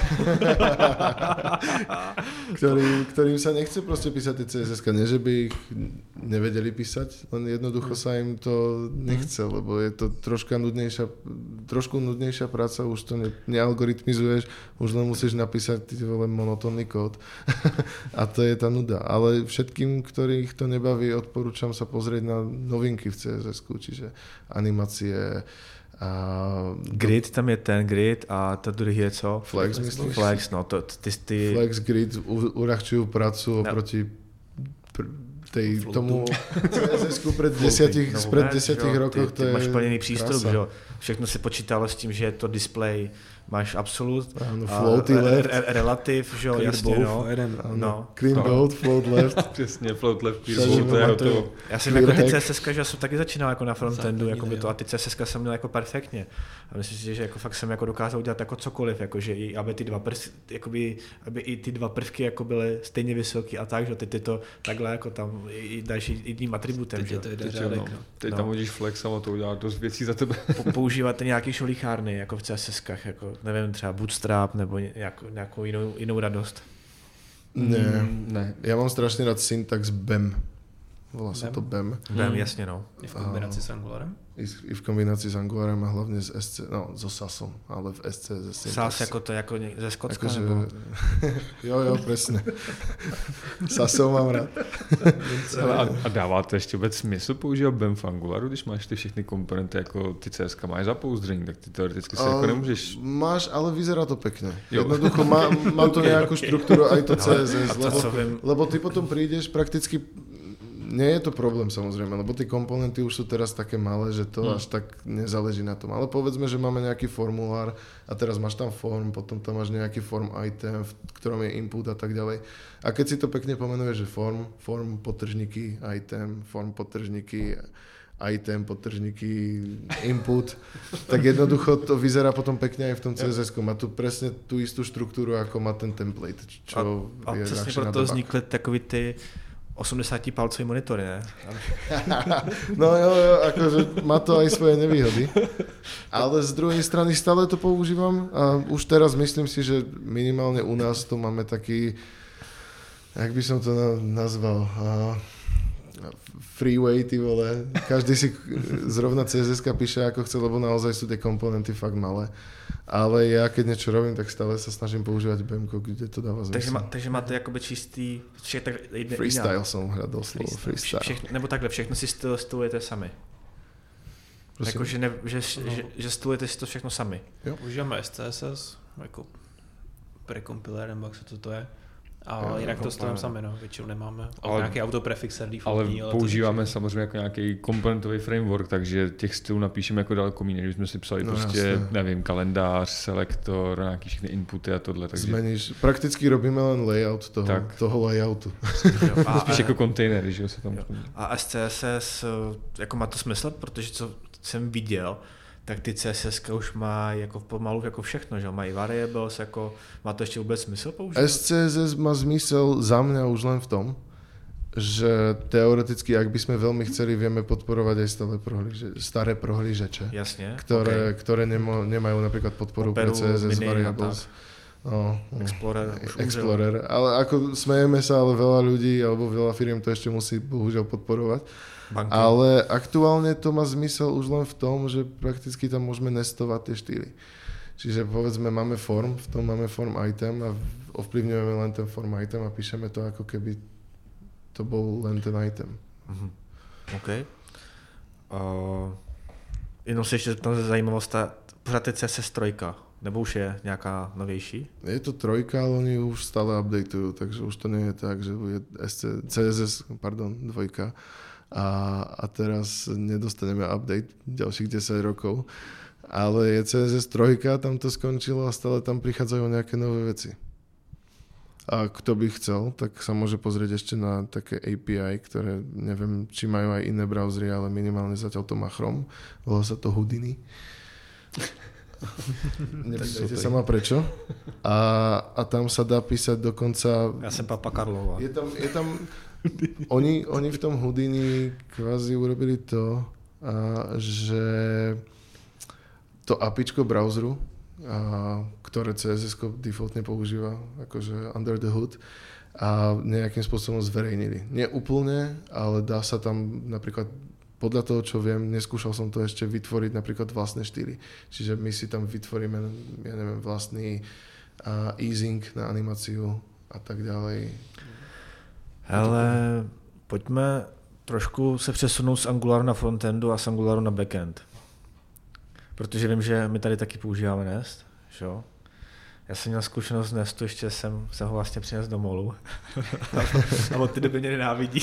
ktorým sa nechce proste písať tie CSS-ka. Nie, že by ich nevedeli písať, len jednoducho sa im to nechce, lebo je to trošku nudnejšia práca, už to nealgoritmizuješ, už len musíš napísať monotónny kód a to je tá nuda. Ale všetkým, ktorých to nebaví, odporúčam sa pozrieť na novinky v CSS-ku, čiže animácie a... Grid, tam je ten grid a to druhý je co? Flex, myslíš? Flex, no to ty... Flex, grid uľahčujú prácu oproti tomu CSS-ku pred 10 rokoch, to je máš plněný přístup, krása. že? Všechno se počítalo s tím, že je to display máš absolut, floaty left, relativ, že jo, jasně, no. Clean both, float left. Přesně, float left, to. Já jsem jako ty CSS, že já jsem taky začínal jako na frontendu, jako by to, a ty CSS jsem měl jako perfektně. A myslím si, že jako fakt jsem jako dokázal udělat jako cokoliv, jako že i aby aby i ty dva prvky jako byly stejně vysoké a tak, že ty to takhle jako tam i další jedním atributem, že Teď tam hodíš flex a to udělá dost věcí za tebe. Používáte nějaký šolíchárny, jako v CSS-kách, jako nevím, třeba Bootstrap nebo nějakou jinou radost? Ne. Já mám strašně rád syntax BEM. Volá se to BEM. BEM, jasně, no. I v kombinaci s Angularem? I v kombinaci s Angularem a hlavně so SASom, ale v SC ze syntax. SAS jako to jako ze Skotska, jako, nebo? jo, presne. SASom mám rád. A dává to ještě vůbec smysl používat BEM v Angularu, když máš ty všechny komponenty, jako ty CSK máš zapouzdření, tak ty teoreticky si jako nemůžeš... Máš, ale vyzerá to pekne. Jednoducho má to nejakú štruktúru aj to CSS, lebo ty potom prídeš prakticky. Nie je to problém samozrejme, lebo tie komponenty už sú teraz také malé, že to až tak nezáleží na tom. Ale povedzme, že máme nejaký formulár a teraz máš tam form, potom tam máš nejaký form item, v ktorom je input a tak ďalej. A keď si to pekne pomenuješ, že form podtržníky item, form podtržníky item, podtržníky input, tak jednoducho to vyzerá potom pekne aj v tom CSS-ku. Má tu presne tú istú štruktúru, ako má ten template. Čo a přesně proto vznikly takový ty 80-palcový monitory, ne? No jo, akože má to aj svoje nevýhody. Ale z druhej strany stále to používam a už teraz myslím si, že minimálne u nás to máme taký, jak by som to nazval, freeway, ty vole. Každý si zrovna CSS-ka píše ako chce, lebo naozaj sú tie komponenty fakt malé. Ale ja keď niečo robím, tak stále sa snažím používať BEMko, kde to dáva zmysel. Takže máte jakoby čistý... Freestyle som hľadal slovo. Freestyle. Nebo takhle, všechno si stylujete sami. Jako, že stylujete si to všechno sami. Jo. Používáme SCSS, jako prekompilér, nebo jak se to je. A jinak to stavím sami, no, většinou nemáme. Ale nějaký autoprefixer defaultní. Ale používáme samozřejmě jako nějaký komponentový framework, takže těch stylů napíšeme jako daleko méně, když jsme si psali nevím, kalendář, selektor, nějaký všechny inputy a tohle. Takže... Zmeníš. Prakticky robíme len layout toho layoutu. Spíš jako kontejnery, že jo, se tam... A SCSS, jako má to smysl, protože co jsem viděl, tak ty CSS už má jako pomalu jako všechno, že mají variables, jako má to ještě vůbec smysl používat? SCSS má zmysel za mňa už len v tom, že teoreticky, ak by sme veľmi chceli, vieme podporovať aj staré prohlížeče, ktoré nemajú napríklad podporu pre CSS variables. Explorer. Ale ako smejeme sa, ale veľa ľudí alebo veľa firiem to ešte musí bohužiaľ podporovať. Banky. Ale aktuálne to má zmysel už len v tom, že prakticky tam môžeme nestovať tie štýly. Čiže povedzme, máme form, v tom máme form item a ovplyvňujeme len ten form item a píšeme to, ako keby to bol len ten item. OK. Jenom si ještě tam zajímavost, pořád je CSS 3, nebo už je nějaká novější? Je to 3, ale oni už stále updateujú, takže už to nie je tak, že je CSS 2 a teraz nedostaneme update ďalších 10 rokov. Ale je CSS 3, tam to skončilo a stále tam prichádzajú nejaké nové veci. A kto by chcel, tak sa môže pozrieť ešte na také API, ktoré neviem, či majú aj iné browsery, ale minimálne zatiaľ to má Chrome. Volá sa to Houdini. Nepýtajte sa ma prečo. A tam sa dá písať dokonca... Ja som Papa Karlova. Je tam oni v tom Houdini kvázi urobili to, že to APIčko browseru, ktoré CSS defaultne používa, akože under the hood, a nejakým spôsobom zverejnili. Nie úplne, ale dá sa tam napríklad, podľa toho, čo viem, neskúšal som to ešte vytvoriť napríklad vlastné štýly. Čiže my si tam vytvoríme, ja neviem, vlastný easing na animáciu a tak ďalej. Hele, pojďme trošku se přesunout z Angularu na frontendu a z Angularu na backend. Protože vím, že my tady taky používáme Nest, že jo? Já jsem měl zkušenost z Nestu, ještě jsem ho vlastně přinesl do molu. A od té doby mě nenávidí.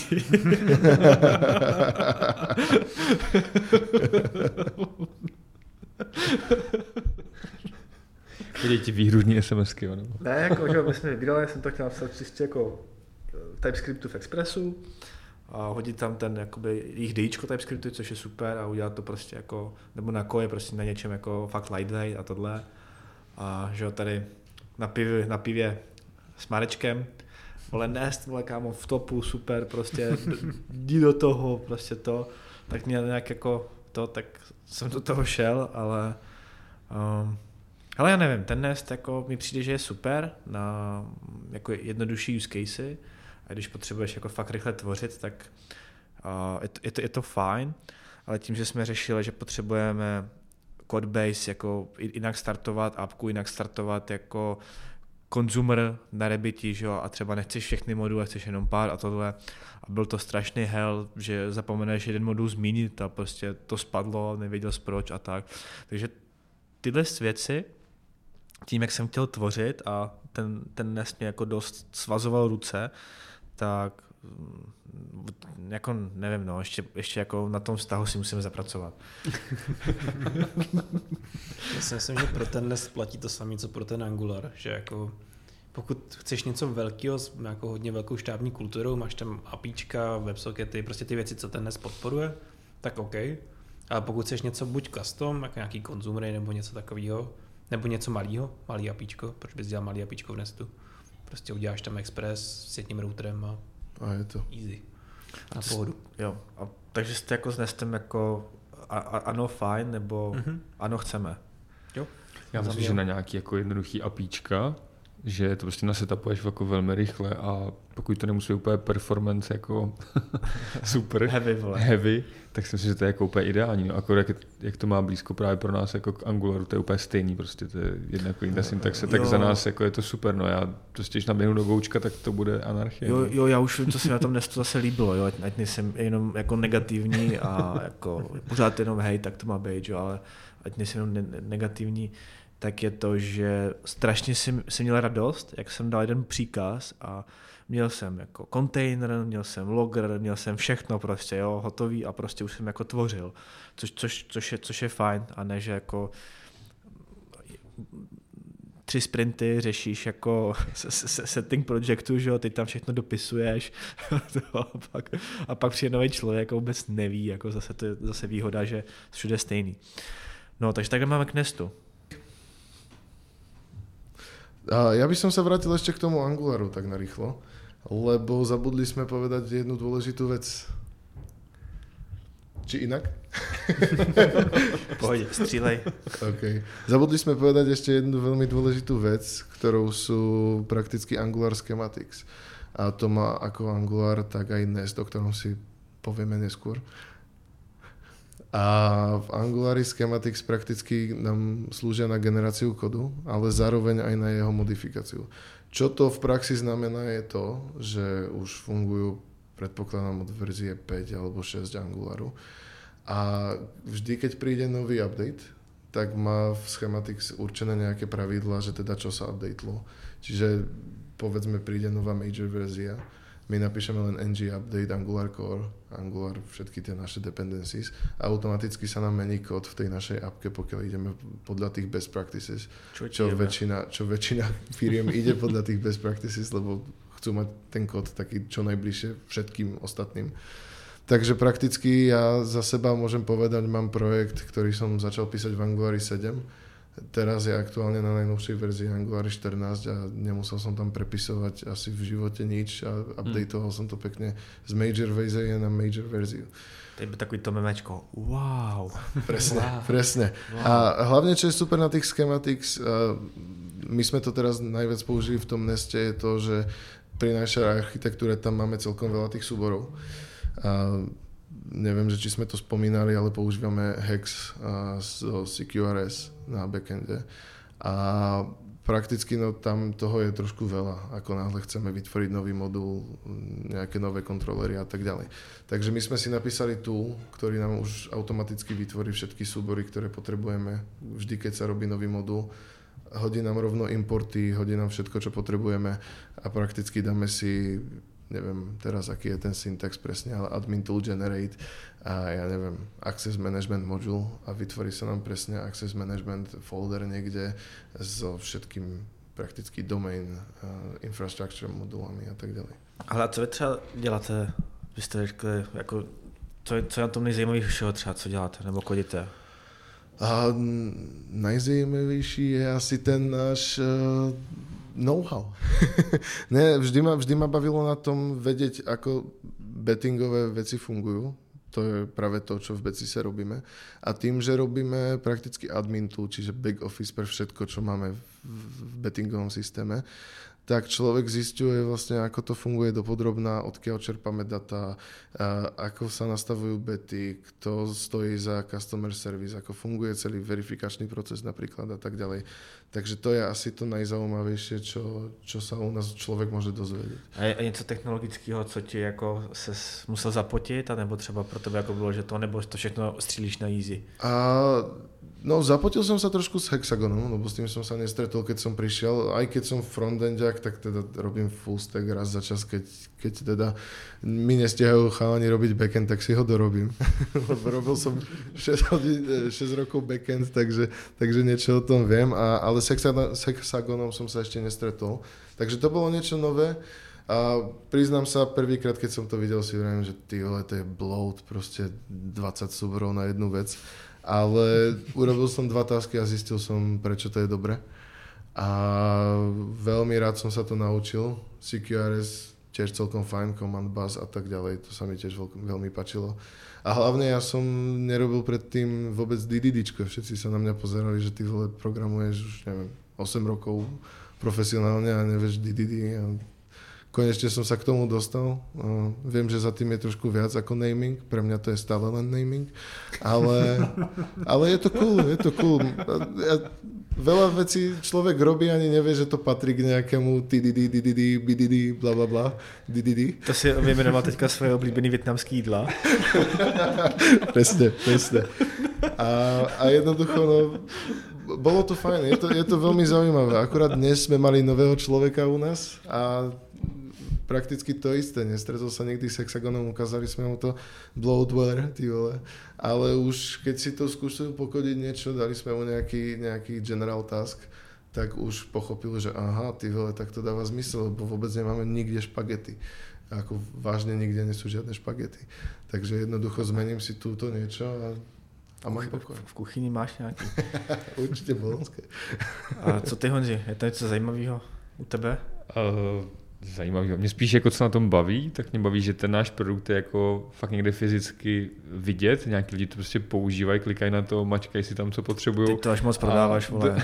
Chodí ti výhružní SMSky, jo? Ne, jako, že my jsme vydali, jsem to chtěl napsat čistě jako TypeScriptu v Expressu a hodit tam ten jakoby jejich DIčko TypeScriptu, což je super a udělat to prostě jako, nebo na koje prostě na něčem jako fakt lightweight a tohle. A že jo, tady na pivě s Marečkem, vole Nest, vole kámo v topu, super, prostě jdi do toho, prostě to, tak mě nějak jako to, tak jsem do toho šel, ale já nevím, ten Nest jako mi přijde, že je super na jako jednodušší use casey a když potřebuješ jako fakt rychle tvořit, tak je to fajn, ale tím, že jsme řešili, že potřebujeme codebase jako jinak startovat appku, jinak startovat jako konzumer na Rabbiti, že jo, a třeba nechceš všechny moduly, chceš jenom pár a tohle. A byl to strašný hell, že zapomeneš jeden modul zmínit a prostě to spadlo, nevěděl jsi proč a tak. Takže tyhle věci, tím, jak jsem chtěl tvořit a ten Nest mě jako dost svazoval ruce, tak jako nevím, no, ještě jako na tom vztahu si musíme zapracovat. Já si myslím, že pro ten Nest platí to samé, co pro ten Angular, že jako pokud chceš něco velkého s jako hodně velkou štábní kulturou, máš tam APIčka, WebSockety, prostě ty věci, co ten Nest podporuje, tak OK. Ale pokud chceš něco buď custom, jako nějaký konzumery nebo něco takového, nebo něco malého, malý APIčko, proč bys dělal malý APIčko v Nestu? Prostě uděláš tam Express s jedním routerem a je to easy. Na pohodu. Jo, a takže jste jako s Nestem jako ano fajn, nebo ano chceme. Jo. Já myslím, že na nějaký jako jednoduchý APIčka, že to prostě nasetupuješ jako velmi rychle a pokud to nemusí úplně performance jako super heavy, tak si myslím, že to je jako úplně ideální. No, akorát jak to má blízko právě pro nás jako k Angularu, to je úplně stejný, prostě to je jedna jako jiná syntaxe, tak za nás jako je to super. No, já prostě, když naběhnu do Goučka, tak to bude anarchie. Jo, já už vím, co si na tom Nestu zase líbilo, jo, ať nejsem jenom jako negativní a jako pořád jenom hej, tak to má být, jo, ale ať nejsem jenom negativní, tak je to, že strašně jsem měl radost, jak jsem dal jeden příkaz a měl jsem jako container, měl jsem logger, měl jsem všechno prostě, jo, hotový a prostě už jsem jako tvořil, což je fajn a ne, že jako 3 sprinty řešíš jako setting projektu, že jo, ty tam všechno dopisuješ a pak přijde nový člověk a vůbec neví, jako zase to je zase výhoda, že všude stejný. No, takže takhle máme k Nestu. Ja by som sa vrátil ešte k tomu Angularu tak narýchlo, lebo zabudli sme povedať jednu dôležitú vec. Či inak? Pohodě, střílej. Okay. Zabudli sme povedať ešte jednu veľmi dôležitú vec, ktorou sú prakticky Angular schematics. A to má ako Angular, tak aj Nest, o ktorom si povieme neskôr. A v Angulari schematics prakticky nám slúžia na generáciu kodu, ale zároveň aj na jeho modifikáciu. Čo to v praxi znamená je to, že už fungujú, predpokladám, od verzie 5 alebo 6 Angularu. A vždy, keď príde nový update, tak má v schematics určené nejaké pravidlá, že teda čo sa updatelo. Čiže povedzme príde nová major verzia, my napíšeme len ng update Angular core, Angular, všetky tie naše dependencies a automaticky sa nám mení kód v tej našej appke, pokiaľ ideme podľa tých best practices, čo väčšina firiem ide podľa tých best practices, lebo chcú mať ten kód taký čo najbližšie všetkým ostatným. Takže prakticky ja za seba môžem povedať, mám projekt, ktorý som začal písať v Angulari 7. Teraz je aktuálne na najnovšej verzii Angulari 14 a nemusel som tam prepisovať asi v živote nič a updateoval som to pekne z major verzie na major verziu. To je takový to memečko. Wow. Presne. Wow. A hlavne, čo je super na tých schematics, my sme to teraz najviac použili v tom Neste, je to, že pri našej architektúre tam máme celkom veľa tých súborov. Neviem, že či sme to spomínali, ale používame Hex z CQRS na backende a prakticky no, tam toho je trošku veľa, ako náhle chceme vytvoriť nový modul, nejaké nové kontrolery a tak ďalej. Takže my sme si napísali tool, ktorý nám už automaticky vytvorí všetky súbory, ktoré potrebujeme vždy, keď sa robí nový modul. Hodí nám rovno importy, hodí nám všetko, čo potrebujeme a prakticky dáme si neviem teraz, aký je ten syntax presne, ale admin tool generate a ja neviem, access management module a vytvorí sa nám presne access management folder niekde so všetkým prakticky domain, infrastructure modulami a tak ďalej. Ale co vy třeba děláte? Vy jste řekli, jako, co je na tom nejzajímavějšího třeba, co děláte nebo kodíte? A najzajímavejší je asi ten náš know-how. Ne, vždy ma bavilo na tom vedieť, ako bettingové veci fungujú. To je práve to, čo v Betsise robíme. A tým, že robíme prakticky admin tool, čiže back office pre všetko, čo máme v bettingovom systéme, tak človek zisťuje vlastne, ako to funguje dopodrobná, odkiaľ čerpáme data, ako sa nastavujú bety, kto stojí za customer service, ako funguje celý verifikačný proces napríklad a tak ďalej. Takže to je asi to najzaujímavejšie, čo sa u nás človek môže dozvedieť. A je něco technologického, co ti jako ses musel zapotit, anebo třeba pro tebe jako bylo, že to, nebo to všechno střílíš na easy? No, zapotil som sa trošku s Hexagonom, lebo s tým som sa nestretol, keď som prišiel. Aj keď som frontendiak, tak teda robím full stack raz za čas, keď teda mi nestihajú chalani robiť backend, tak si ho dorobím. Lebo robil som 6 rokov backend, takže niečo o tom viem, ale s Hexagonom som sa ešte nestretol. Takže to bolo niečo nové. A priznám sa, prvýkrát, keď som to videl, si vravím, že ty vole, to je bloat, proste 20 súborov na jednu vec. Ale urobil som 2 tasky a zistil som, prečo to je dobre. A veľmi rád som sa to naučil. CQRS tiež celkom fajn, Command Bus a tak ďalej, to sa mi tiež veľmi páčilo. A hlavne ja som nerobil predtým vôbec DDDčko. Všetci sa na mňa pozerali, že ty vole programuješ už, neviem, 8 rokov profesionálne a nevieš DDD. A konečne som sa k tomu dostal. Viem, že za tým je trošku viac ako naming. Pre mňa to je stále len naming. Ale je to cool. Veľa vecí človek robí, ani nevie, že to patrí k nejakému TDD, DDD, BDD, blablabla, DDD. To si vyjmenoval teďka svoje oblíbený vietnamský jídla. Presne. A jednoducho, no, bolo to fajn, je to veľmi zaujímavé. Akurát dnes sme mali nového človeka u nás a prakticky to isté, nestretol sa nikdy s Hexagonom, ukázali sme mu to bloatware, ty vole. Ale už keď si to skúšil pokodiť niečo, dali sme mu nejaký general task, tak už pochopil, že aha, ty vole, tak to dáva zmysel, lebo vôbec nemáme nikde špagety. Ako vážne nikde nie sú žiadne špagety. Takže jednoducho zmením si túto niečo a mám pokoj. V kuchyni máš nějaký? Určitě bolonské. A co ty, Honzi? Je to něco zajímavého u tebe? Zajímavého. Mě spíš jako co na tom baví, tak mě baví, že ten náš produkt je jako fakt někde fyzicky vidět, nějaký lidi to prostě používají, klikají na to, mačkají si tam, co potřebují. Ty to až moc prodáváš, vole.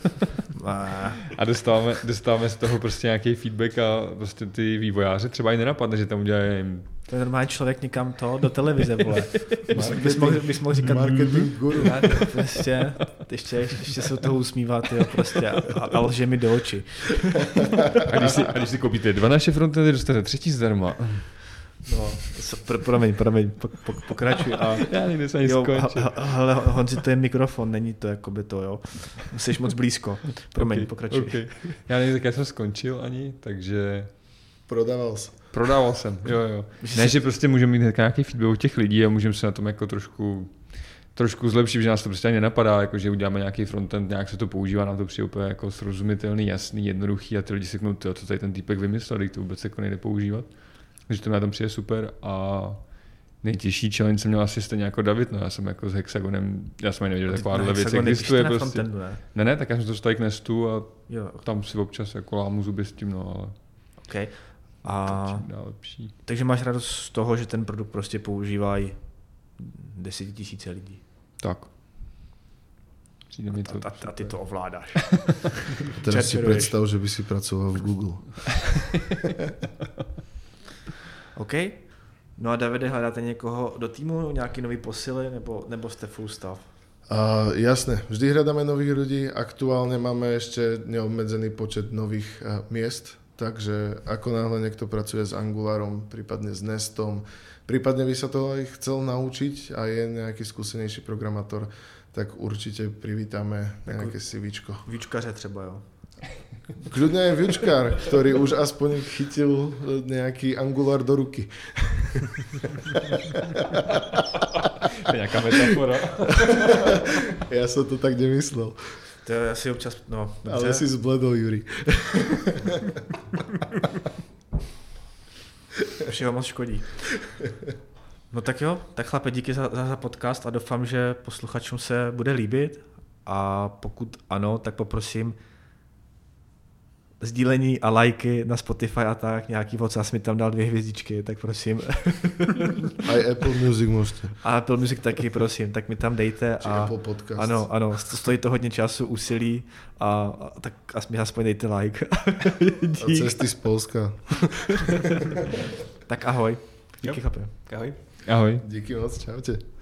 A dostáváme z toho prostě nějaký feedback a prostě ty vývojáře třeba i nenapadne, že tam udělají. To je normální člověk někam to, do televize, vole. Bys mohl říkat marketing guru. Prostě, ještě se od toho usmívat, jo, prostě a lže mi do očí. A když si koupíte 2 naše frontendy, dostanete 3 zdarma. No, promiň, pokračuj. Já někde se ani skončil. Hele, Honzi, to je mikrofon, není to jakoby to, jo. Jsi moc blízko. Promiň, pokračuj. Okay. Já nevím, tak já jsem skončil ani, takže... Prodával jsem, jo. Ne, že prostě můžeme mít nějaký feedback od těch lidí a můžeme se na tom jako trošku zlepšit, že nás to prostě ani nenapadá, jako že uděláme nějaký frontend, nějak se to používá, nám to přijde úplně jako srozumitelný, jasný, jednoduchý a ty lidi si řeknou, co tady ten týpek vymyslel, když to vůbec jako nejde používat. Takže to mi na tom přijde super a nejtěžší challenge jsem měl asi stejně jako David, no já jsem jako s Hexagonem, já jsem ani nevěděl, že takováhle věc existuje prostě. Ne, tak já jsem to dostal k Nestu a tam si občas jako lámu zuby s tím, no ale... Okay. Takže máš radost z toho, že ten produkt prostě používají 10 000 lidí. Tak. A ty to ovládáš. Teraz si představ, že by si pracoval v Google. OK. No a Davide, hledáte někoho do týmu, nějaký nový posily, nebo jste full staff? Jasné, vždy hľadáme nových ľudí. Aktuálne máme ešte neobmedzený počet nových miest. Takže ako náhle niekto pracuje s Angularom, prípadne s Nestom, prípadne by sa to aj chcel naučiť a je nejaký skúsenejší programátor, tak určite privítame nejaké CVčko. Výčkaře třeba, jo? Kľudne aj Vučkár, ktorý už aspoň chytil nejaký Angular do ruky. To je nejaká metafora. Ja som to tak nemyslel. To je asi občas, no, dobře. Ale si zbledol, Juri. Všeho moc škodí. No tak jo, tak chlape, díky za podcast a doufám, že posluchačům se bude líbit a pokud ano, tak poprosím sdílení a lajky na Spotify a tak, nějaký vocas mi tam dal 2 hvězdičky, tak prosím. Aj Apple Music můžete. A Apple Music taky, prosím, tak mi tam dejte. Či Apple Podcast. Ano, stojí to hodně času, úsilí a tak mi aspoň dejte like. A cesty z Polska. Tak ahoj. Díky, chlape. Ahoj. Ahoj. Díky moc, čaute.